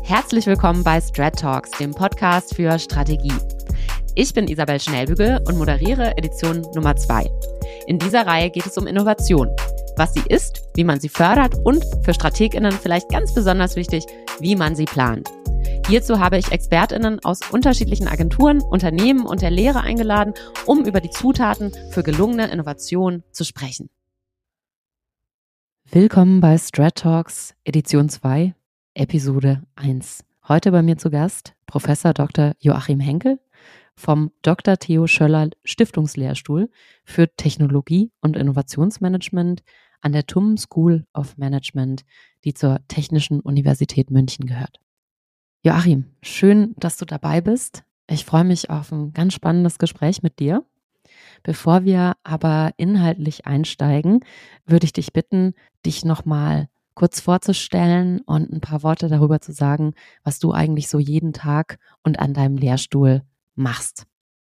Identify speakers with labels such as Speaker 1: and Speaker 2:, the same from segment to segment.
Speaker 1: Herzlich willkommen bei Strat Talks, dem Podcast für Strategie. Ich bin Isabel Schnellbügel und moderiere Edition Nummer 2. In dieser Reihe geht es um Innovation, was sie ist, wie man sie fördert und für StrategInnen vielleicht ganz besonders wichtig, wie man sie plant. Hierzu habe ich ExpertInnen aus unterschiedlichen Agenturen, Unternehmen und der Lehre eingeladen, um über die Zutaten für gelungene Innovation zu sprechen. Willkommen bei Strat Talks, Edition 2, Episode 1. Heute bei mir zu Gast Professor Dr. Joachim Henkel vom Dr. Theo Schöller Stiftungslehrstuhl für Technologie und Innovationsmanagement an der TUM School of Management, die zur Technischen Universität München gehört. Joachim, schön, dass du dabei bist. Ich freue mich auf ein ganz spannendes Gespräch mit dir. Bevor wir aber inhaltlich einsteigen, würde ich dich bitten, dich nochmal kurz vorzustellen und ein paar Worte darüber zu sagen, was du eigentlich so jeden Tag und an deinem Lehrstuhl machst.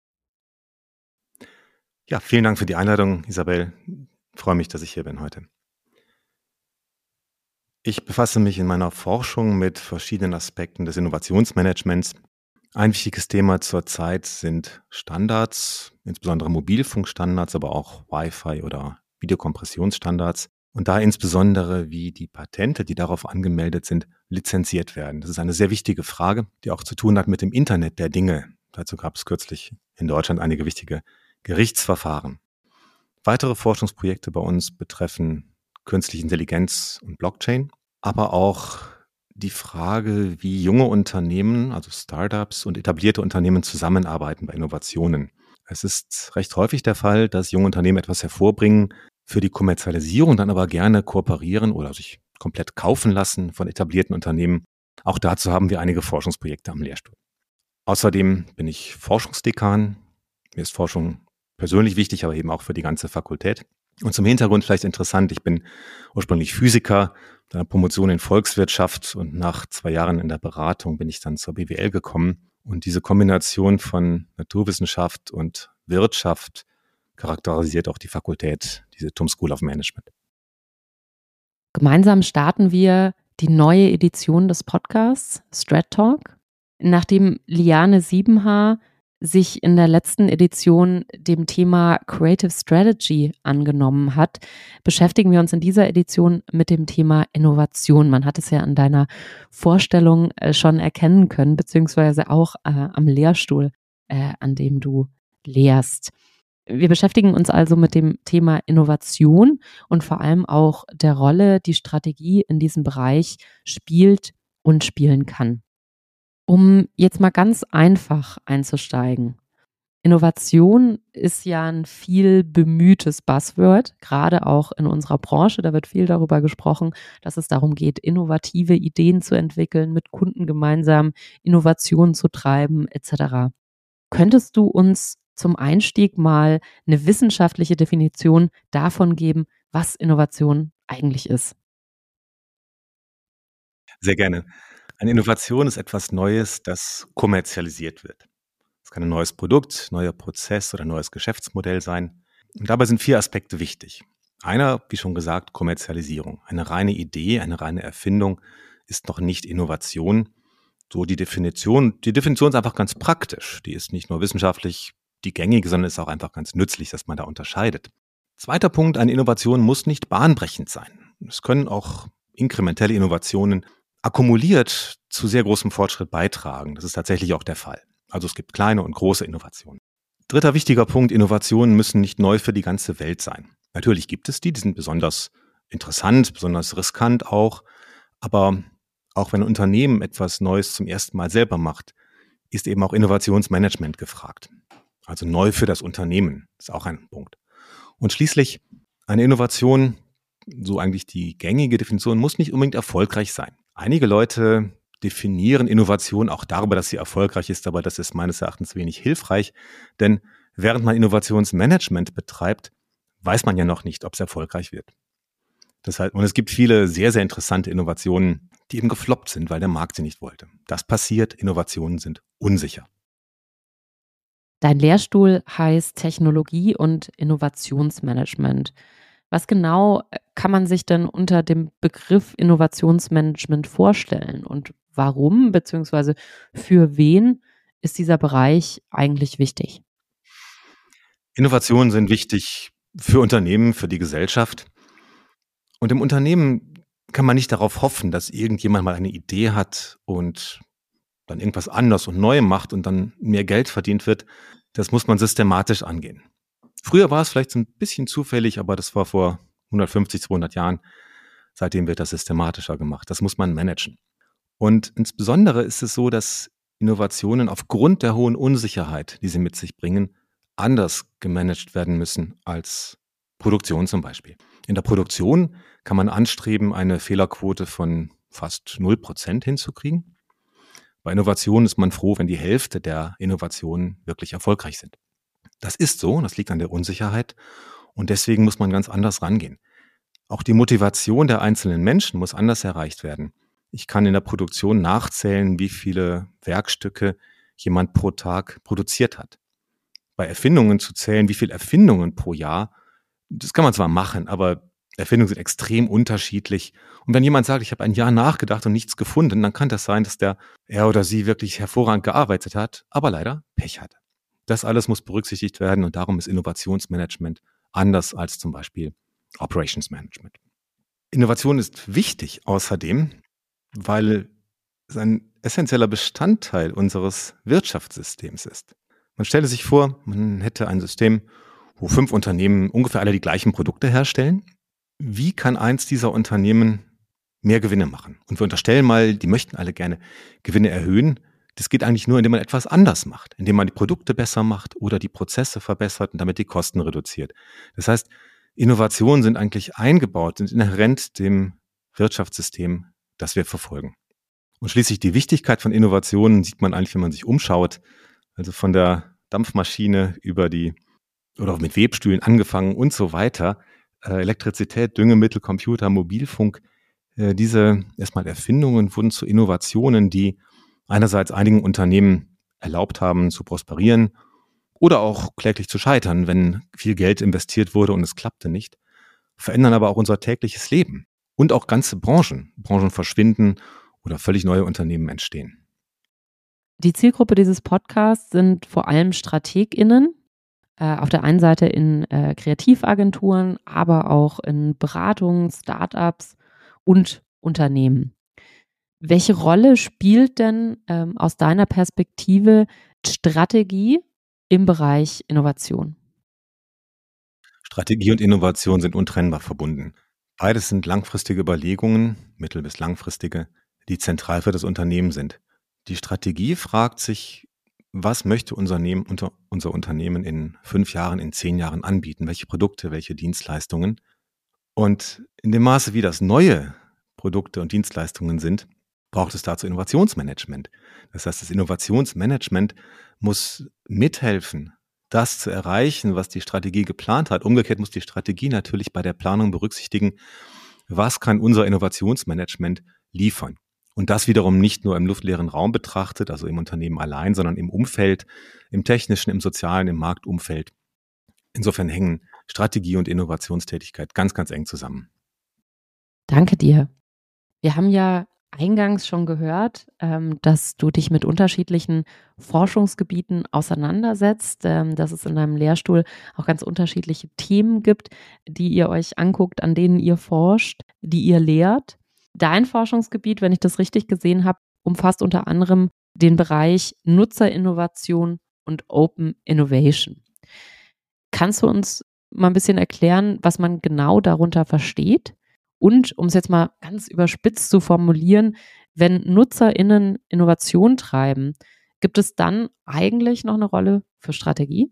Speaker 2: Ja, vielen Dank für die Einladung, Isabel. Ich freue mich, dass ich hier bin heute. Ich befasse mich in meiner Forschung mit verschiedenen Aspekten des Innovationsmanagements. Ein wichtiges Thema zurzeit sind Standards, insbesondere Mobilfunkstandards, aber auch Wi-Fi oder Videokompressionsstandards. Und da insbesondere, wie die Patente, die darauf angemeldet sind, lizenziert werden. Das ist eine sehr wichtige Frage, die auch zu tun hat mit dem Internet der Dinge. Dazu gab es kürzlich in Deutschland einige wichtige Gerichtsverfahren. Weitere Forschungsprojekte bei uns betreffen künstliche Intelligenz und Blockchain, aber auch die Frage, wie junge Unternehmen, also Startups und etablierte Unternehmen zusammenarbeiten bei Innovationen. Es ist recht häufig der Fall, dass junge Unternehmen etwas hervorbringen, für die Kommerzialisierung dann aber gerne kooperieren oder sich komplett kaufen lassen von etablierten Unternehmen. Auch dazu haben wir einige Forschungsprojekte am Lehrstuhl. Außerdem bin ich Forschungsdekan. Mir ist Forschung persönlich wichtig, aber eben auch für die ganze Fakultät. Und zum Hintergrund vielleicht interessant, ich bin ursprünglich Physiker, eine Promotion in Volkswirtschaft und nach 2 Jahren in der Beratung bin ich dann zur BWL gekommen. Und diese Kombination von Naturwissenschaft und Wirtschaft charakterisiert auch die Fakultät, diese TUM School of Management.
Speaker 1: Gemeinsam starten wir die neue Edition des Podcasts Strat Talk. Nachdem Liane Siebenhaar sich in der letzten Edition dem Thema Creative Strategy angenommen hat, beschäftigen wir uns in dieser Edition mit dem Thema Innovation. Man hat es ja an deiner Vorstellung schon erkennen können, beziehungsweise auch am Lehrstuhl, an dem du lehrst. Wir beschäftigen uns also mit dem Thema Innovation und vor allem auch der Rolle, die Strategie in diesem Bereich spielt und spielen kann. Um jetzt mal ganz einfach einzusteigen. Innovation ist ja ein viel bemühtes Buzzword, gerade auch in unserer Branche. Da wird viel darüber gesprochen, dass es darum geht, innovative Ideen zu entwickeln, mit Kunden gemeinsam Innovationen zu treiben, etc. Könntest du uns zum Einstieg mal eine wissenschaftliche Definition davon geben, was Innovation eigentlich ist?
Speaker 2: Sehr gerne. Eine Innovation ist etwas Neues, das kommerzialisiert wird. Es kann ein neues Produkt, neuer Prozess oder neues Geschäftsmodell sein. Und dabei sind 4 Aspekte wichtig. Einer, wie schon gesagt, Kommerzialisierung. Eine reine Idee, eine reine Erfindung ist noch nicht Innovation. So die Definition ist einfach ganz praktisch. Die ist nicht nur wissenschaftlich die gängige, sondern ist auch einfach ganz nützlich, dass man da unterscheidet. Zweiter Punkt, eine Innovation muss nicht bahnbrechend sein. Es können auch inkrementelle Innovationen akkumuliert zu sehr großem Fortschritt beitragen. Das ist tatsächlich auch der Fall. Also es gibt kleine und große Innovationen. Dritter wichtiger Punkt, Innovationen müssen nicht neu für die ganze Welt sein. Natürlich gibt es die sind besonders interessant, besonders riskant auch. Aber auch wenn ein Unternehmen etwas Neues zum ersten Mal selber macht, ist eben auch Innovationsmanagement gefragt. Also neu für das Unternehmen ist auch ein Punkt. Und schließlich eine Innovation, so eigentlich die gängige Definition, muss nicht unbedingt erfolgreich sein. Einige Leute definieren Innovation auch darüber, dass sie erfolgreich ist, aber das ist meines Erachtens wenig hilfreich, denn während man Innovationsmanagement betreibt, weiß man ja noch nicht, ob es erfolgreich wird. Deshalb, und es gibt viele sehr, sehr interessante Innovationen, die eben gefloppt sind, weil der Markt sie nicht wollte. Das passiert, Innovationen sind unsicher.
Speaker 1: Dein Lehrstuhl heißt Technologie und Innovationsmanagement. Was genau kann man sich denn unter dem Begriff Innovationsmanagement vorstellen und warum beziehungsweise für wen ist dieser Bereich eigentlich wichtig?
Speaker 2: Innovationen sind wichtig für Unternehmen, für die Gesellschaft. Und im Unternehmen kann man nicht darauf hoffen, dass irgendjemand mal eine Idee hat und dann irgendwas anders und neu macht und dann mehr Geld verdient wird. Das muss man systematisch angehen. Früher war es vielleicht so ein bisschen zufällig, aber das war vor 150, 200 Jahren. Seitdem wird das systematischer gemacht. Das muss man managen. Und insbesondere ist es so, dass Innovationen aufgrund der hohen Unsicherheit, die sie mit sich bringen, anders gemanagt werden müssen als Produktion zum Beispiel. In der Produktion kann man anstreben, eine Fehlerquote von fast 0% hinzukriegen. Bei Innovationen ist man froh, wenn die Hälfte der Innovationen wirklich erfolgreich sind. Das ist so, das liegt an der Unsicherheit und deswegen muss man ganz anders rangehen. Auch die Motivation der einzelnen Menschen muss anders erreicht werden. Ich kann in der Produktion nachzählen, wie viele Werkstücke jemand pro Tag produziert hat. Bei Erfindungen zu zählen, wie viele Erfindungen pro Jahr, das kann man zwar machen, aber Erfindungen sind extrem unterschiedlich. Und wenn jemand sagt, ich habe ein Jahr nachgedacht und nichts gefunden, dann kann das sein, dass er oder sie wirklich hervorragend gearbeitet hat, aber leider Pech hatte. Das alles muss berücksichtigt werden und darum ist Innovationsmanagement anders als zum Beispiel Operations Management. Innovation ist wichtig außerdem, weil es ein essentieller Bestandteil unseres Wirtschaftssystems ist. Man stelle sich vor, man hätte ein System, wo 5 Unternehmen ungefähr alle die gleichen Produkte herstellen. Wie kann eins dieser Unternehmen mehr Gewinne machen? Und wir unterstellen mal, die möchten alle gerne Gewinne erhöhen. Das geht eigentlich nur, indem man etwas anders macht, indem man die Produkte besser macht oder die Prozesse verbessert und damit die Kosten reduziert. Das heißt, Innovationen sind eigentlich eingebaut, sind inhärent dem Wirtschaftssystem, das wir verfolgen. Und schließlich die Wichtigkeit von Innovationen sieht man eigentlich, wenn man sich umschaut. Also von der Dampfmaschine über oder auch mit Webstühlen angefangen und so weiter. Elektrizität, Düngemittel, Computer, Mobilfunk. Diese erstmal Erfindungen wurden zu Innovationen, die einerseits einigen Unternehmen erlaubt haben, zu prosperieren oder auch kläglich zu scheitern, wenn viel Geld investiert wurde und es klappte nicht, verändern aber auch unser tägliches Leben und auch ganze Branchen. Branchen verschwinden oder völlig neue Unternehmen entstehen.
Speaker 1: Die Zielgruppe dieses Podcasts sind vor allem StrategInnen, auf der einen Seite in Kreativagenturen, aber auch in Beratungen, Startups und Unternehmen. Welche Rolle spielt denn aus deiner Perspektive Strategie im Bereich Innovation?
Speaker 2: Strategie und Innovation sind untrennbar verbunden. Beides sind langfristige Überlegungen, mittel- bis langfristige, die zentral für das Unternehmen sind. Die Strategie fragt sich, was möchte unser Unternehmen in 5 Jahren, in 10 Jahren anbieten? Welche Produkte, welche Dienstleistungen? Und in dem Maße, wie das neue Produkte und Dienstleistungen sind, braucht es dazu Innovationsmanagement. Das heißt, das Innovationsmanagement muss mithelfen, das zu erreichen, was die Strategie geplant hat. Umgekehrt muss die Strategie natürlich bei der Planung berücksichtigen, was kann unser Innovationsmanagement liefern. Und das wiederum nicht nur im luftleeren Raum betrachtet, also im Unternehmen allein, sondern im Umfeld, im technischen, im sozialen, im Marktumfeld. Insofern hängen Strategie und Innovationstätigkeit ganz, ganz eng zusammen.
Speaker 1: Danke dir. Wir haben ja eingangs schon gehört, dass du dich mit unterschiedlichen Forschungsgebieten auseinandersetzt, dass es in deinem Lehrstuhl auch ganz unterschiedliche Themen gibt, die ihr euch anguckt, an denen ihr forscht, die ihr lehrt. Dein Forschungsgebiet, wenn ich das richtig gesehen habe, umfasst unter anderem den Bereich Nutzerinnovation und Open Innovation. Kannst du uns mal ein bisschen erklären, was man genau darunter versteht? Und um es jetzt mal ganz überspitzt zu formulieren, wenn NutzerInnen Innovation treiben, gibt es dann eigentlich noch eine Rolle für Strategie?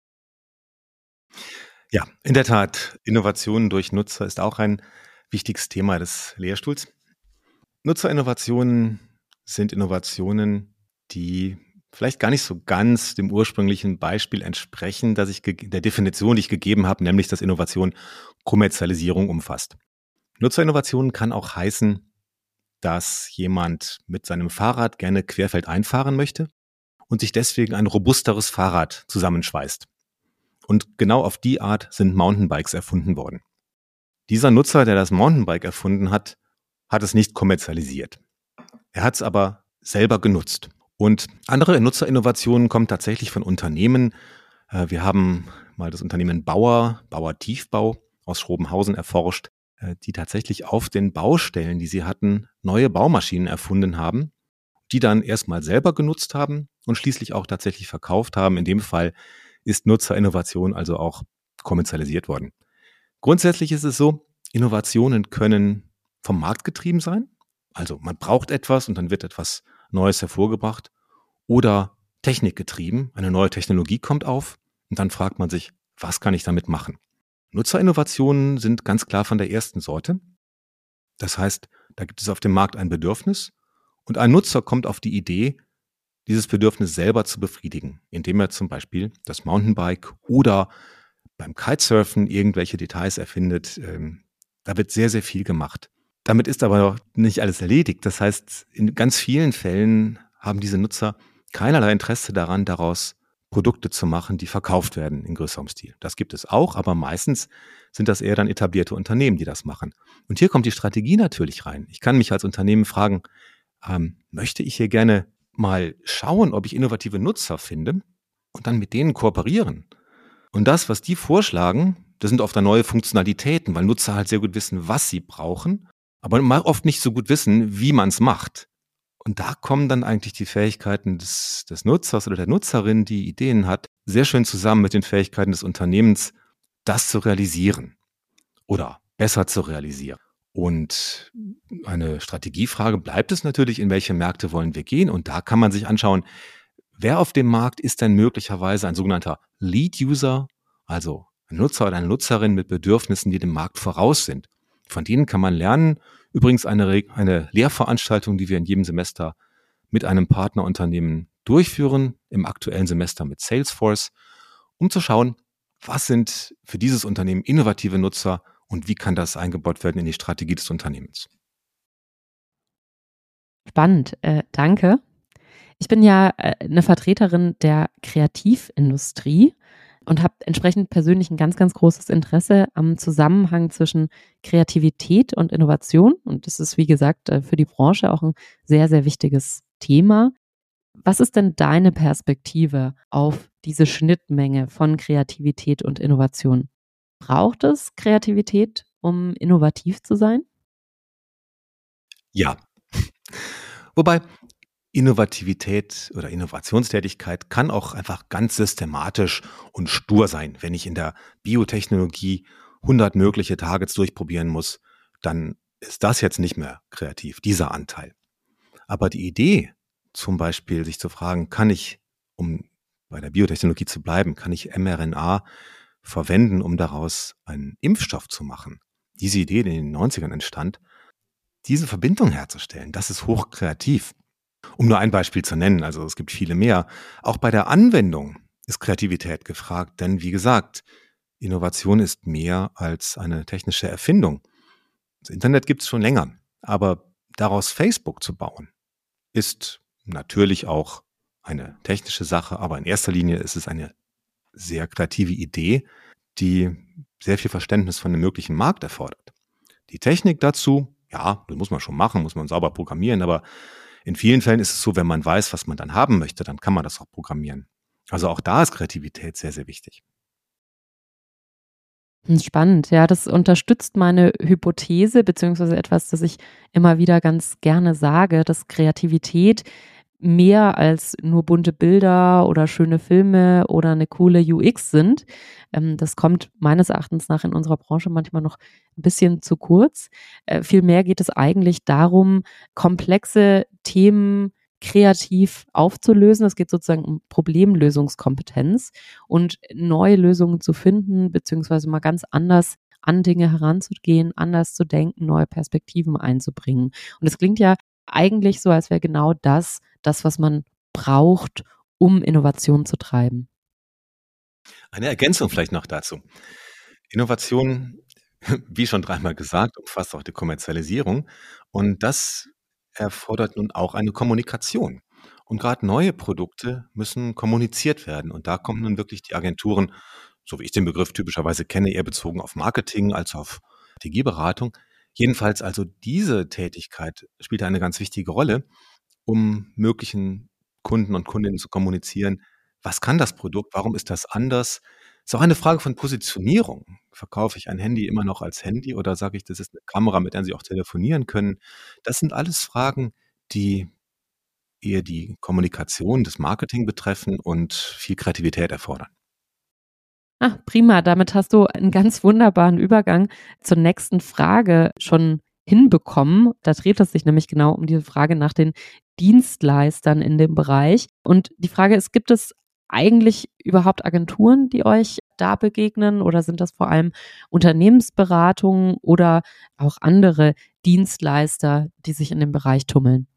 Speaker 2: Ja, in der Tat, Innovation durch Nutzer ist auch ein wichtiges Thema des Lehrstuhls. Nutzerinnovationen sind Innovationen, die vielleicht gar nicht so ganz dem ursprünglichen Beispiel entsprechen, der Definition, die ich gegeben habe, nämlich dass Innovation Kommerzialisierung umfasst. Nutzerinnovation kann auch heißen, dass jemand mit seinem Fahrrad gerne querfeldein fahren möchte und sich deswegen ein robusteres Fahrrad zusammenschweißt. Und genau auf die Art sind Mountainbikes erfunden worden. Dieser Nutzer, der das Mountainbike erfunden hat, hat es nicht kommerzialisiert. Er hat es aber selber genutzt. Und andere Nutzerinnovationen kommen tatsächlich von Unternehmen. Wir haben mal das Unternehmen Bauer Tiefbau aus Schrobenhausen erforscht, die tatsächlich auf den Baustellen, die sie hatten, neue Baumaschinen erfunden haben, die dann erstmal selber genutzt haben und schließlich auch tatsächlich verkauft haben. In dem Fall ist Nutzerinnovation also auch kommerzialisiert worden. Grundsätzlich ist es so, Innovationen können vom Markt getrieben sein. Also man braucht etwas und dann wird etwas Neues hervorgebracht. Oder technikgetrieben, eine neue Technologie kommt auf und dann fragt man sich, was kann ich damit machen? Nutzerinnovationen sind ganz klar von der ersten Sorte. Das heißt, da gibt es auf dem Markt ein Bedürfnis und ein Nutzer kommt auf die Idee, dieses Bedürfnis selber zu befriedigen, indem er zum Beispiel das Mountainbike oder beim Kitesurfen irgendwelche Details erfindet. Da wird sehr, sehr viel gemacht. Damit ist aber noch nicht alles erledigt. Das heißt, in ganz vielen Fällen haben diese Nutzer keinerlei Interesse daran, daraus Produkte zu machen, die verkauft werden in größerem Stil. Das gibt es auch, aber meistens sind das eher dann etablierte Unternehmen, die das machen. Und hier kommt die Strategie natürlich rein. Ich kann mich als Unternehmen fragen, möchte ich hier gerne mal schauen, ob ich innovative Nutzer finde und dann mit denen kooperieren. Und das, was die vorschlagen, das sind oft dann neue Funktionalitäten, weil Nutzer halt sehr gut wissen, was sie brauchen, aber oft nicht so gut wissen, wie man es macht. Und da kommen dann eigentlich die Fähigkeiten des Nutzers oder der Nutzerin, die Ideen hat, sehr schön zusammen mit den Fähigkeiten des Unternehmens, das zu realisieren oder besser zu realisieren. Und eine Strategiefrage bleibt es natürlich, in welche Märkte wollen wir gehen? Und da kann man sich anschauen, wer auf dem Markt ist denn möglicherweise ein sogenannter Lead-User, also ein Nutzer oder eine Nutzerin mit Bedürfnissen, die dem Markt voraus sind. Von denen kann man lernen. Übrigens eine Lehrveranstaltung, die wir in jedem Semester mit einem Partnerunternehmen durchführen, im aktuellen Semester mit Salesforce, um zu schauen, was sind für dieses Unternehmen innovative Nutzer und wie kann das eingebaut werden in die Strategie des Unternehmens.
Speaker 1: Spannend, danke. Ich bin ja eine Vertreterin der Kreativindustrie und habe entsprechend persönlich ein ganz, ganz großes Interesse am Zusammenhang zwischen Kreativität und Innovation. Und das ist, wie gesagt, für die Branche auch ein sehr, sehr wichtiges Thema. Was ist denn deine Perspektive auf diese Schnittmenge von Kreativität und Innovation? Braucht es Kreativität, um innovativ zu sein?
Speaker 2: Ja, wobei Innovativität oder Innovationstätigkeit kann auch einfach ganz systematisch und stur sein. Wenn ich in der Biotechnologie 100 mögliche Targets durchprobieren muss, dann ist das jetzt nicht mehr kreativ, dieser Anteil. Aber die Idee, zum Beispiel sich zu fragen, kann ich, um bei der Biotechnologie zu bleiben, kann ich mRNA verwenden, um daraus einen Impfstoff zu machen? Diese Idee, die in den 90ern entstand, diese Verbindung herzustellen, das ist hochkreativ. Um nur ein Beispiel zu nennen, also es gibt viele mehr. Auch bei der Anwendung ist Kreativität gefragt, denn wie gesagt, Innovation ist mehr als eine technische Erfindung. Das Internet gibt es schon länger, aber daraus Facebook zu bauen, ist natürlich auch eine technische Sache, aber in erster Linie ist es eine sehr kreative Idee, die sehr viel Verständnis von dem möglichen Markt erfordert. Die Technik dazu, ja, das muss man schon machen, muss man sauber programmieren, aber in vielen Fällen ist es so, wenn man weiß, was man dann haben möchte, dann kann man das auch programmieren. Also auch da ist Kreativität sehr, sehr wichtig.
Speaker 1: Spannend, ja, das unterstützt meine Hypothese, beziehungsweise etwas, das ich immer wieder ganz gerne sage, dass Kreativität mehr als nur bunte Bilder oder schöne Filme oder eine coole UX sind. Das kommt meines Erachtens nach in unserer Branche manchmal noch ein bisschen zu kurz. Vielmehr geht es eigentlich darum, komplexe Themen kreativ aufzulösen. Es geht sozusagen um Problemlösungskompetenz und neue Lösungen zu finden, beziehungsweise mal ganz anders an Dinge heranzugehen, anders zu denken, neue Perspektiven einzubringen. Und es klingt ja eigentlich so, als wäre genau das, was man braucht, um Innovation zu treiben.
Speaker 2: Eine Ergänzung vielleicht noch dazu. Innovation, wie schon dreimal gesagt, umfasst auch die Kommerzialisierung und das erfordert nun auch eine Kommunikation. Und gerade neue Produkte müssen kommuniziert werden und da kommen nun wirklich die Agenturen, so wie ich den Begriff typischerweise kenne, eher bezogen auf Marketing als auf Strategieberatung. Jedenfalls also diese Tätigkeit spielt eine ganz wichtige Rolle, um möglichen Kunden und Kundinnen zu kommunizieren, was kann das Produkt, warum ist das anders? Ist auch eine Frage von Positionierung. Verkaufe ich ein Handy immer noch als Handy oder sage ich, das ist eine Kamera, mit der Sie auch telefonieren können? Das sind alles Fragen, die eher die Kommunikation, das Marketing betreffen und viel Kreativität erfordern.
Speaker 1: Ah, prima. Damit hast du einen ganz wunderbaren Übergang zur nächsten Frage schon hinbekommen. Da dreht es sich nämlich genau um diese Frage nach den Dienstleistern in dem Bereich. Und die Frage ist, gibt es eigentlich überhaupt Agenturen, die euch da begegnen, oder sind das vor allem Unternehmensberatungen oder auch andere Dienstleister, die sich in dem Bereich tummeln?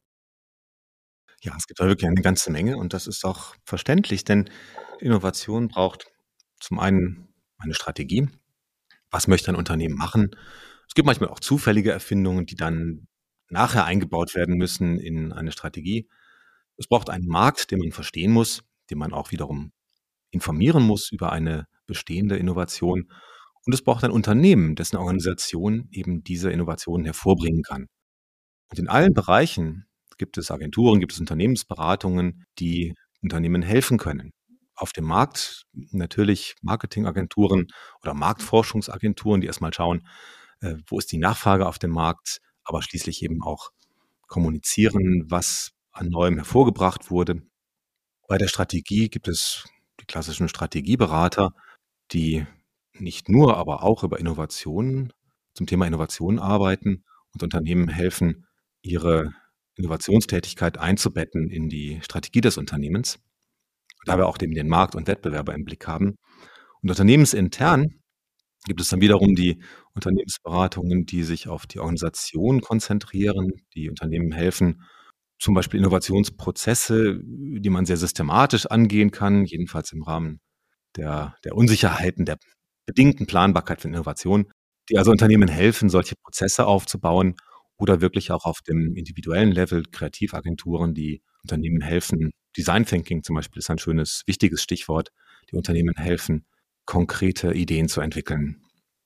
Speaker 2: Ja, es gibt da wirklich eine ganze Menge und das ist auch verständlich, denn Innovation braucht zum einen eine Strategie. Was möchte ein Unternehmen machen? Es gibt manchmal auch zufällige Erfindungen, die dann nachher eingebaut werden müssen in eine Strategie. Es braucht einen Markt, den man verstehen muss, den man auch wiederum informieren muss über eine bestehende Innovation. Und es braucht ein Unternehmen, dessen Organisation eben diese Innovationen hervorbringen kann. Und in allen Bereichen gibt es Agenturen, gibt es Unternehmensberatungen, die Unternehmen helfen können. Auf dem Markt natürlich Marketingagenturen oder Marktforschungsagenturen, die erstmal schauen, wo ist die Nachfrage auf dem Markt, aber schließlich eben auch kommunizieren, was an Neuem hervorgebracht wurde. Bei der Strategie gibt es die klassischen Strategieberater, die nicht nur, aber auch über Innovationen zum Thema Innovation arbeiten und Unternehmen helfen, ihre Innovationstätigkeit einzubetten in die Strategie des Unternehmens, dabei auch den Markt und Wettbewerber im Blick haben. Und unternehmensintern gibt es dann wiederum die Unternehmensberatungen, die sich auf die Organisation konzentrieren, die Unternehmen helfen, zum Beispiel Innovationsprozesse, die man sehr systematisch angehen kann, jedenfalls im Rahmen der Unsicherheiten, der bedingten Planbarkeit von Innovation, die also Unternehmen helfen, solche Prozesse aufzubauen oder wirklich auch auf dem individuellen Level Kreativagenturen, die Unternehmen helfen. Design Thinking zum Beispiel ist ein schönes, wichtiges Stichwort, die Unternehmen helfen, konkrete Ideen zu entwickeln.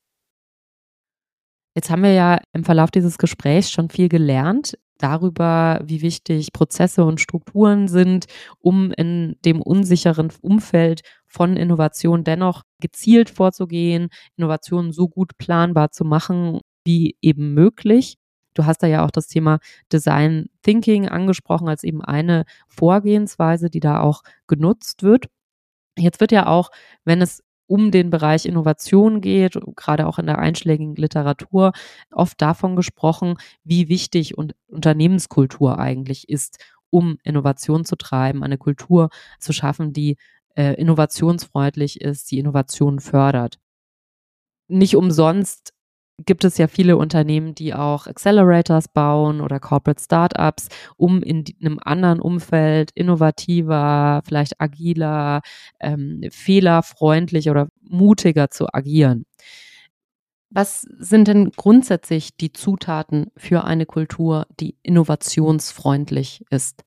Speaker 1: Jetzt haben wir ja im Verlauf dieses Gesprächs schon viel gelernt darüber, wie wichtig Prozesse und Strukturen sind, um in dem unsicheren Umfeld von Innovation dennoch gezielt vorzugehen, Innovationen so gut planbar zu machen wie eben möglich. Du hast da ja auch das Thema Design Thinking angesprochen als eben eine Vorgehensweise, die da auch genutzt wird. Jetzt wird ja auch, wenn es um den Bereich Innovation geht, gerade auch in der einschlägigen Literatur, oft davon gesprochen, wie wichtig und Unternehmenskultur eigentlich ist, um Innovation zu treiben, eine Kultur zu schaffen, die innovationsfreundlich ist, die Innovation fördert. Nicht umsonst gibt es ja viele Unternehmen, die auch Accelerators bauen oder Corporate Startups, um in 'nem anderen Umfeld innovativer, vielleicht agiler, fehlerfreundlich oder mutiger zu agieren. Was sind denn grundsätzlich die Zutaten für eine Kultur, die innovationsfreundlich ist?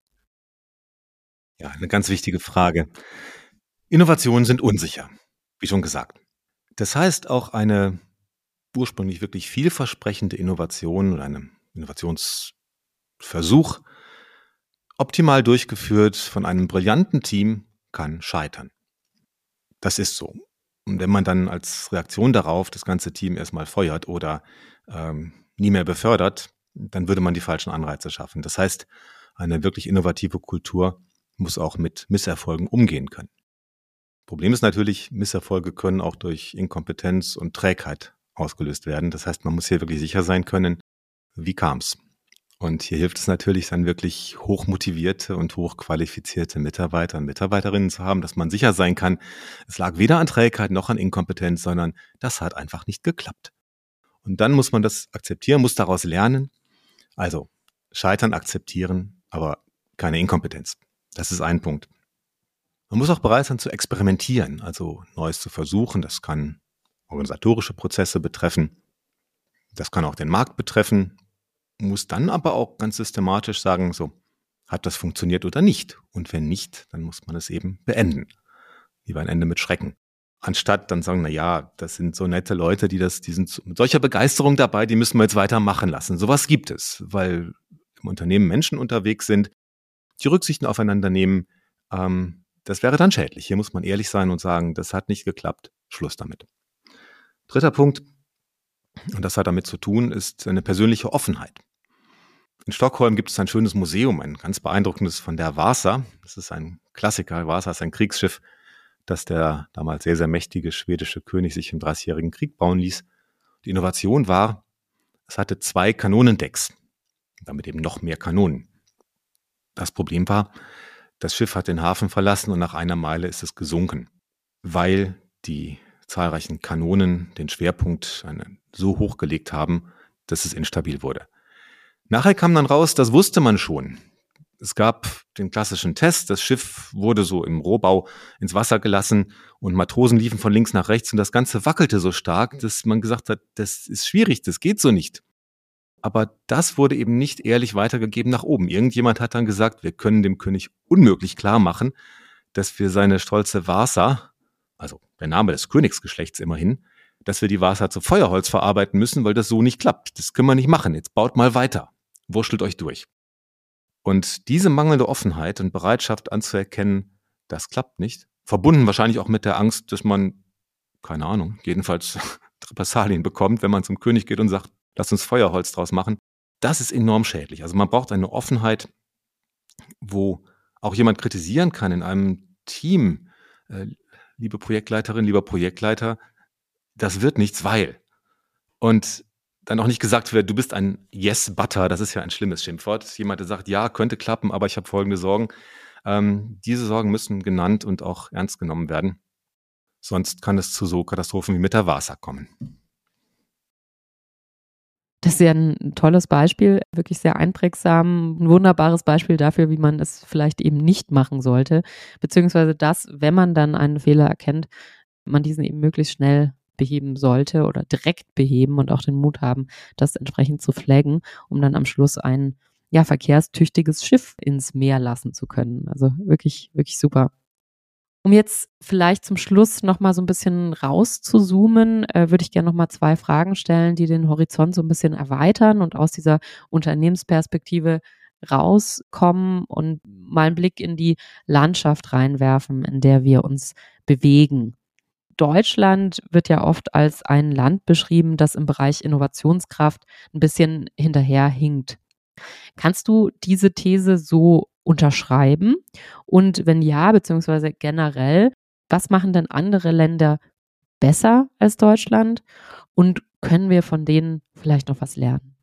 Speaker 2: Ja, eine ganz wichtige Frage. Innovationen sind unsicher, wie schon gesagt. Das heißt, auch eine ursprünglich wirklich vielversprechende Innovation oder eine Innovationsversuch, optimal durchgeführt von einem brillanten Team, kann scheitern. Das ist so. Und wenn man dann als Reaktion darauf das ganze Team erstmal feuert oder nie mehr befördert, dann würde man die falschen Anreize schaffen. Das heißt, eine wirklich innovative Kultur muss auch mit Misserfolgen umgehen können. Problem ist natürlich, Misserfolge können auch durch Inkompetenz und Trägheit ausgelöst werden. Das heißt, man muss hier wirklich sicher sein können, wie kam's? Und hier hilft es natürlich dann wirklich hochmotivierte und hochqualifizierte Mitarbeiter und Mitarbeiterinnen zu haben, dass man sicher sein kann, es lag weder an Trägheit noch an Inkompetenz, sondern das hat einfach nicht geklappt. Und dann muss man das akzeptieren, muss daraus lernen. Also Scheitern akzeptieren, aber keine Inkompetenz. Das ist ein Punkt. Man muss auch bereit sein zu experimentieren, also Neues zu versuchen. Das kann organisatorische Prozesse betreffen. Das kann auch den Markt betreffen. Muss dann aber auch ganz systematisch sagen, so, hat das funktioniert oder nicht? Und wenn nicht, dann muss man es eben beenden. Lieber ein Ende mit Schrecken. anstatt dann sagen, na ja, das sind so nette Leute, die sind mit solcher Begeisterung dabei, die müssen wir jetzt weitermachen lassen. Sowas gibt es, weil im Unternehmen Menschen unterwegs sind, die Rücksichten aufeinander nehmen. Das wäre dann schädlich. Hier muss man ehrlich sein und sagen, das hat nicht geklappt. Schluss damit. Dritter Punkt, und das hat damit zu tun, ist eine persönliche Offenheit. In Stockholm gibt es ein schönes Museum, ein ganz beeindruckendes von der Vasa. Das ist ein Klassiker. Vasa ist ein Kriegsschiff, das der damals sehr, sehr mächtige schwedische König sich im Dreißigjährigen Krieg bauen ließ. Die Innovation war, es hatte 2 Kanonendecks, damit eben noch mehr Kanonen. Das Problem war, das Schiff hat den Hafen verlassen und nach einer Meile ist es gesunken, weil die zahlreichen Kanonen den Schwerpunkt so hochgelegt haben, dass es instabil wurde. Nachher kam dann raus, das wusste man schon. Es gab den klassischen Test, das Schiff wurde so im Rohbau ins Wasser gelassen und Matrosen liefen von links nach rechts und das Ganze wackelte so stark, dass man gesagt hat, das ist schwierig, das geht so nicht. Aber das wurde eben nicht ehrlich weitergegeben nach oben. Irgendjemand hat dann gesagt, wir können dem König unmöglich klar machen, dass wir seine stolze Vasa, also der Name des Königsgeschlechts immerhin, dass wir die Vasa zu Feuerholz verarbeiten müssen, weil das so nicht klappt. Das können wir nicht machen. Jetzt baut mal weiter. Wurschtelt euch durch. Und diese mangelnde Offenheit und Bereitschaft anzuerkennen, das klappt nicht, verbunden wahrscheinlich auch mit der Angst, dass man, keine Ahnung, jedenfalls Repressalien bekommt, wenn man zum König geht und sagt, lass uns Feuerholz draus machen, das ist enorm schädlich. Also man braucht eine Offenheit, wo auch jemand kritisieren kann in einem Team, liebe Projektleiterin, lieber Projektleiter, das wird nichts, weil. Und dann auch nicht gesagt wird, du bist ein Yes-Butter, das ist ja ein schlimmes Schimpfwort. Jemand, der sagt, ja, könnte klappen, aber ich habe folgende Sorgen. Diese Sorgen müssen genannt und auch ernst genommen werden. Sonst kann es zu so Katastrophen wie mit der Vasa kommen.
Speaker 1: Das ist ja ein tolles Beispiel, wirklich sehr einprägsam, ein wunderbares Beispiel dafür, wie man es vielleicht eben nicht machen sollte, beziehungsweise dass, wenn man dann einen Fehler erkennt, man diesen eben möglichst schnell beheben sollte oder direkt beheben und auch den Mut haben, das entsprechend zu flaggen, um dann am Schluss ein verkehrstüchtiges Schiff ins Meer lassen zu können. Also wirklich, wirklich super. Um jetzt vielleicht zum Schluss nochmal so ein bisschen rauszuzoomen, würde ich gerne nochmal 2 Fragen stellen, die den Horizont so ein bisschen erweitern und aus dieser Unternehmensperspektive rauskommen und mal einen Blick in die Landschaft reinwerfen, in der wir uns bewegen. Deutschland wird ja oft als ein Land beschrieben, das im Bereich Innovationskraft ein bisschen hinterherhinkt. Kannst du diese These so unterschreiben? Und wenn ja, beziehungsweise generell, was machen denn andere Länder besser als Deutschland? Und können wir von denen vielleicht noch was lernen?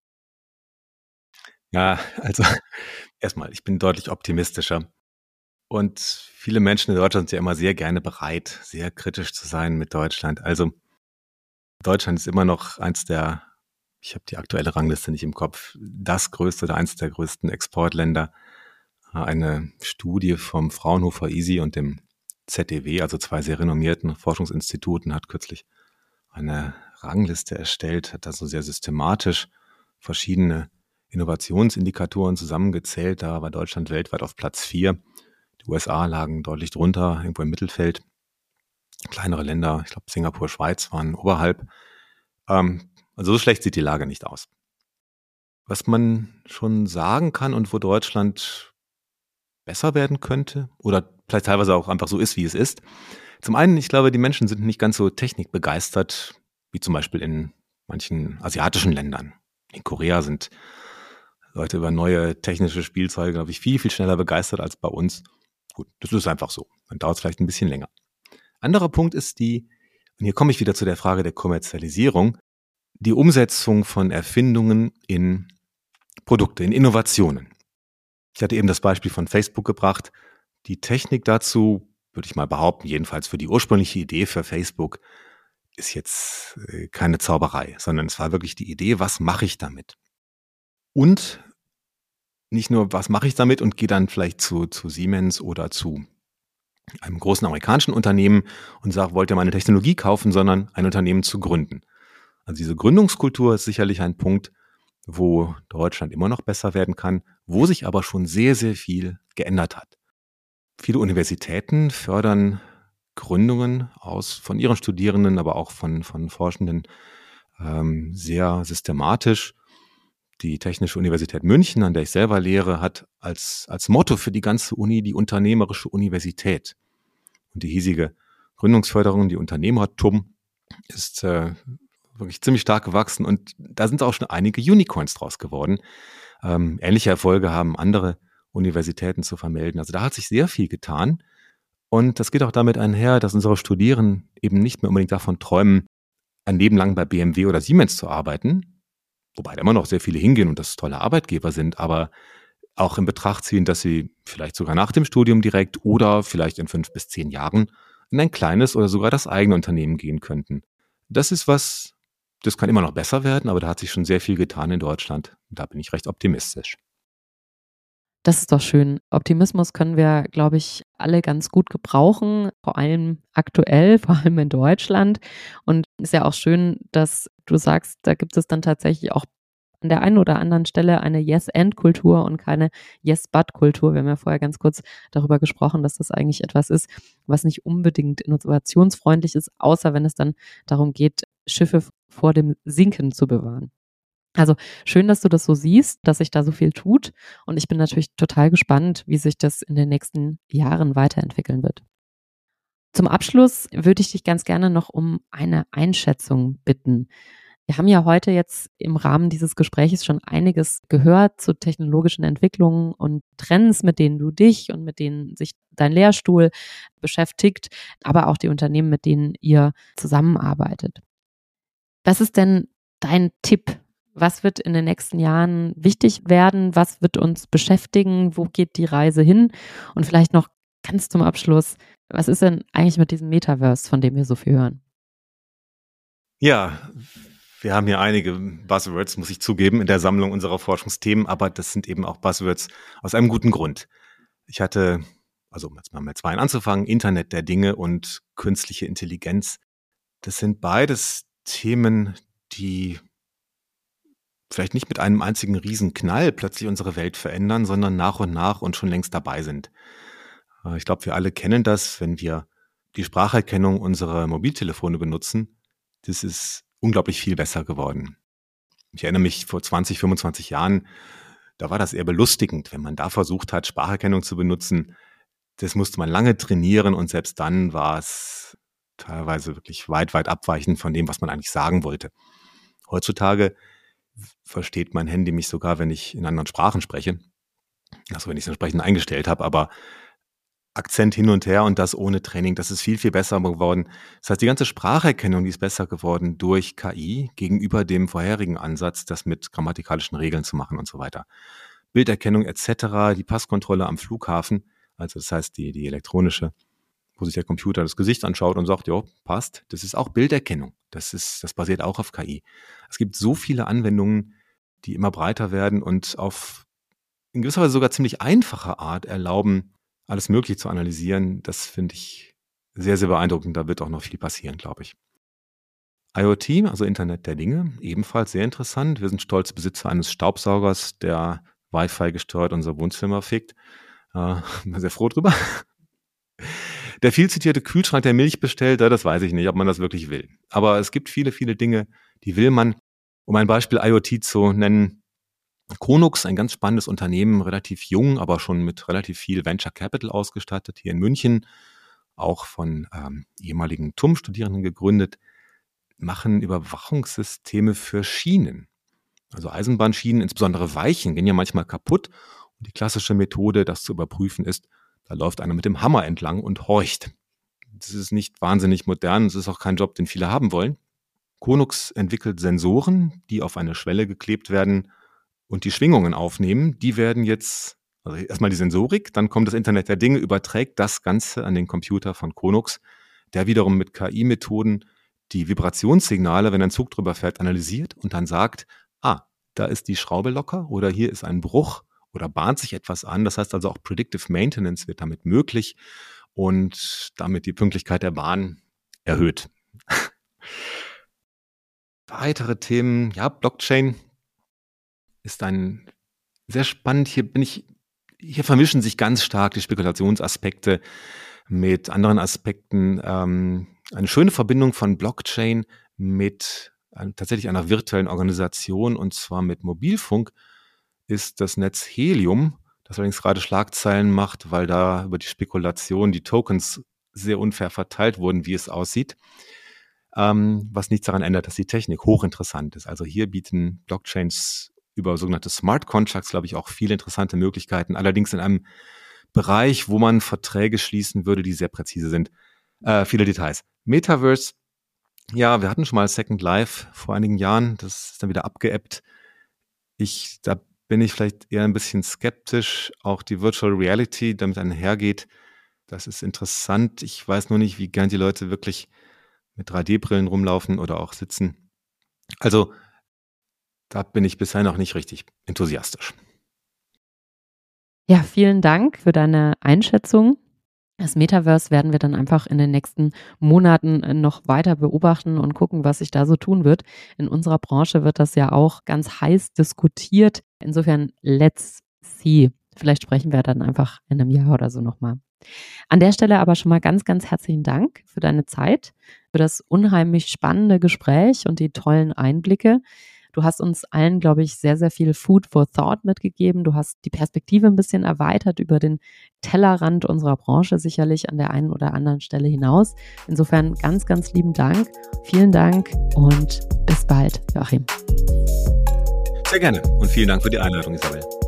Speaker 2: Ja, also erstmal, ich bin deutlich optimistischer. Und viele Menschen in Deutschland sind ja immer sehr gerne bereit, sehr kritisch zu sein mit Deutschland. Also Deutschland ist immer noch ich habe die aktuelle Rangliste nicht im Kopf, das größte oder eins der größten Exportländer. Eine Studie vom Fraunhofer ISI und dem ZDW, also 2 sehr renommierten Forschungsinstituten, hat kürzlich eine Rangliste erstellt, hat da so sehr systematisch verschiedene Innovationsindikatoren zusammengezählt. Da war Deutschland weltweit auf Platz 4. Die USA lagen deutlich drunter, irgendwo im Mittelfeld. Kleinere Länder, ich glaube Singapur, Schweiz waren oberhalb. Also so schlecht sieht die Lage nicht aus. Was man schon sagen kann und wo Deutschland besser werden könnte oder vielleicht teilweise auch einfach so ist, wie es ist. Zum einen, ich glaube, die Menschen sind nicht ganz so technikbegeistert, wie zum Beispiel in manchen asiatischen Ländern. In Korea sind Leute über neue technische Spielzeuge, glaube ich, viel, viel schneller begeistert als bei uns. Gut, das ist einfach so. Dann dauert es vielleicht ein bisschen länger. Anderer Punkt ist und hier komme ich wieder zu der Frage der Kommerzialisierung, die Umsetzung von Erfindungen in Produkte, in Innovationen. Ich hatte eben das Beispiel von Facebook gebracht. Die Technik dazu, würde ich mal behaupten, jedenfalls für die ursprüngliche Idee für Facebook, ist jetzt keine Zauberei, sondern es war wirklich die Idee, was mache ich damit? Und nicht nur, was mache ich damit und gehe dann vielleicht zu Siemens oder zu einem großen amerikanischen Unternehmen und sage, wollt ihr meine Technologie kaufen, sondern ein Unternehmen zu gründen. Also diese Gründungskultur ist sicherlich ein Punkt, wo Deutschland immer noch besser werden kann, wo sich aber schon sehr, sehr viel geändert hat. Viele Universitäten fördern Gründungen von ihren Studierenden, aber auch von Forschenden sehr systematisch. Die Technische Universität München, an der ich selber lehre, hat als Motto für die ganze Uni die unternehmerische Universität. Und die hiesige Gründungsförderung, die Unternehmertum, ist wirklich ziemlich stark gewachsen. Und da sind auch schon einige Unicorns draus geworden. Ähnliche Erfolge haben andere Universitäten zu vermelden. Also da hat sich sehr viel getan. Und das geht auch damit einher, dass unsere Studierenden eben nicht mehr unbedingt davon träumen, ein Leben lang bei BMW oder Siemens zu arbeiten, wobei da immer noch sehr viele hingehen und das tolle Arbeitgeber sind, aber auch in Betracht ziehen, dass sie vielleicht sogar nach dem Studium direkt oder vielleicht in 5 bis 10 Jahren in ein kleines oder sogar das eigene Unternehmen gehen könnten. Das ist was, das kann immer noch besser werden, aber da hat sich schon sehr viel getan in Deutschland. Da bin ich recht optimistisch.
Speaker 1: Das ist doch schön. Optimismus können wir, glaube ich, alle ganz gut gebrauchen, vor allem aktuell, vor allem in Deutschland. Und ist ja auch schön, dass du sagst, da gibt es dann tatsächlich auch an der einen oder anderen Stelle eine Yes-and-Kultur und keine Yes-but-Kultur. Wir haben ja vorher ganz kurz darüber gesprochen, dass das eigentlich etwas ist, was nicht unbedingt innovationsfreundlich ist, außer wenn es dann darum geht, Schiffe vor dem Sinken zu bewahren. Also schön, dass du das so siehst, dass sich da so viel tut. Und ich bin natürlich total gespannt, wie sich das in den nächsten Jahren weiterentwickeln wird. Zum Abschluss würde ich dich ganz gerne noch um eine Einschätzung bitten. Wir haben ja heute jetzt im Rahmen dieses Gesprächs schon einiges gehört zu technologischen Entwicklungen und Trends, mit denen du dich und mit denen sich dein Lehrstuhl beschäftigt, aber auch die Unternehmen, mit denen ihr zusammenarbeitet. Was ist denn dein Tipp? Was wird in den nächsten Jahren wichtig werden? Was wird uns beschäftigen? Wo geht die Reise hin? Und vielleicht noch ganz zum Abschluss, was ist denn eigentlich mit diesem Metaverse, von dem wir so viel hören?
Speaker 2: Ja, wir haben hier einige Buzzwords, muss ich zugeben, in der Sammlung unserer Forschungsthemen, aber das sind eben auch Buzzwords aus einem guten Grund. Ich hatte, also jetzt mal mit 2 anzufangen, Internet der Dinge und künstliche Intelligenz. Das sind beides Themen, die vielleicht nicht mit einem einzigen Riesenknall plötzlich unsere Welt verändern, sondern nach und nach und schon längst dabei sind. Ich glaube, wir alle kennen das, wenn wir die Spracherkennung unserer Mobiltelefone benutzen. Das ist unglaublich viel besser geworden. Ich erinnere mich vor 20, 25 Jahren, da war das eher belustigend, wenn man da versucht hat, Spracherkennung zu benutzen. Das musste man lange trainieren und selbst dann war es teilweise wirklich weit, weit abweichend von dem, was man eigentlich sagen wollte. Heutzutage versteht mein Handy mich sogar, wenn ich in anderen Sprachen spreche. Also wenn ich es entsprechend eingestellt habe, aber Akzent hin und her und das ohne Training, das ist viel, viel besser geworden. Das heißt, die ganze Spracherkennung, die ist besser geworden durch KI gegenüber dem vorherigen Ansatz, das mit grammatikalischen Regeln zu machen und so weiter. Bilderkennung etc., die Passkontrolle am Flughafen, also das heißt die elektronische, wo sich der Computer das Gesicht anschaut und sagt, ja, passt, das ist auch Bilderkennung. Das basiert auch auf KI. Es gibt so viele Anwendungen, die immer breiter werden und auf in gewisser Weise sogar ziemlich einfache Art erlauben, alles Mögliche zu analysieren. Das finde ich sehr, sehr beeindruckend. Da wird auch noch viel passieren, glaube ich. IoT, also Internet der Dinge, ebenfalls sehr interessant. Wir sind stolz Besitzer eines Staubsaugers, der Wi-Fi gesteuert unser Wohnzimmer fickt. Bin sehr froh drüber. Der viel zitierte Kühlschrank, der Milch bestellt, das weiß ich nicht, ob man das wirklich will. Aber es gibt viele, viele Dinge, die will man. Um ein Beispiel IoT zu nennen, Konux, ein ganz spannendes Unternehmen, relativ jung, aber schon mit relativ viel Venture Capital ausgestattet, hier in München, auch von ehemaligen TUM-Studierenden gegründet, machen Überwachungssysteme für Schienen. Also Eisenbahnschienen, insbesondere Weichen, gehen ja manchmal kaputt. Und die klassische Methode, das zu überprüfen, ist, da läuft einer mit dem Hammer entlang und horcht. Das ist nicht wahnsinnig modern, es ist auch kein Job, den viele haben wollen. Konux entwickelt Sensoren, die auf eine Schwelle geklebt werden und die Schwingungen aufnehmen. Die werden jetzt, also erstmal die Sensorik, dann kommt das Internet der Dinge, überträgt das Ganze an den Computer von Konux, der wiederum mit KI-Methoden die Vibrationssignale, wenn ein Zug drüber fährt, analysiert und dann sagt, da ist die Schraube locker oder hier ist ein Bruch oder bahnt sich etwas an. Das heißt also auch Predictive Maintenance wird damit möglich und damit die Pünktlichkeit der Bahn erhöht. Weitere Themen, ja, Blockchain ist ein sehr spannend. Hier vermischen sich ganz stark die Spekulationsaspekte. mit anderen Aspekten. Eine schöne Verbindung von Blockchain mit tatsächlich einer virtuellen Organisation, und zwar mit Mobilfunk, ist das Netz Helium, das allerdings gerade Schlagzeilen macht, weil da über die Spekulation die Tokens sehr unfair verteilt wurden, wie es aussieht. Was nichts daran ändert, dass die Technik hochinteressant ist. Also hier bieten Blockchains über sogenannte Smart Contracts, glaube ich, auch viele interessante Möglichkeiten. Allerdings in einem Bereich, wo man Verträge schließen würde, die sehr präzise sind. Viele Details. Metaverse, ja, wir hatten schon mal Second Life vor einigen Jahren. Das ist dann wieder abgeebbt. Da bin ich vielleicht eher ein bisschen skeptisch. Auch die Virtual Reality damit einhergeht, das ist interessant. Ich weiß nur nicht, wie gern die Leute wirklich mit 3D-Brillen rumlaufen oder auch sitzen. Also da bin ich bisher noch nicht richtig enthusiastisch.
Speaker 1: Ja, vielen Dank für deine Einschätzung. Das Metaverse werden wir dann einfach in den nächsten Monaten noch weiter beobachten und gucken, was sich da so tun wird. In unserer Branche wird das ja auch ganz heiß diskutiert. Insofern, let's see. Vielleicht sprechen wir dann einfach in einem Jahr oder so nochmal. An der Stelle aber schon mal ganz, ganz herzlichen Dank für deine Zeit, für das unheimlich spannende Gespräch und die tollen Einblicke. Du hast uns allen, glaube ich, sehr, sehr viel Food for Thought mitgegeben. Du hast die Perspektive ein bisschen erweitert über den Tellerrand unserer Branche, sicherlich an der einen oder anderen Stelle hinaus. Insofern ganz, ganz lieben Dank. Vielen Dank und bis bald, Joachim.
Speaker 2: Sehr gerne und vielen Dank für die Einladung, Isabel.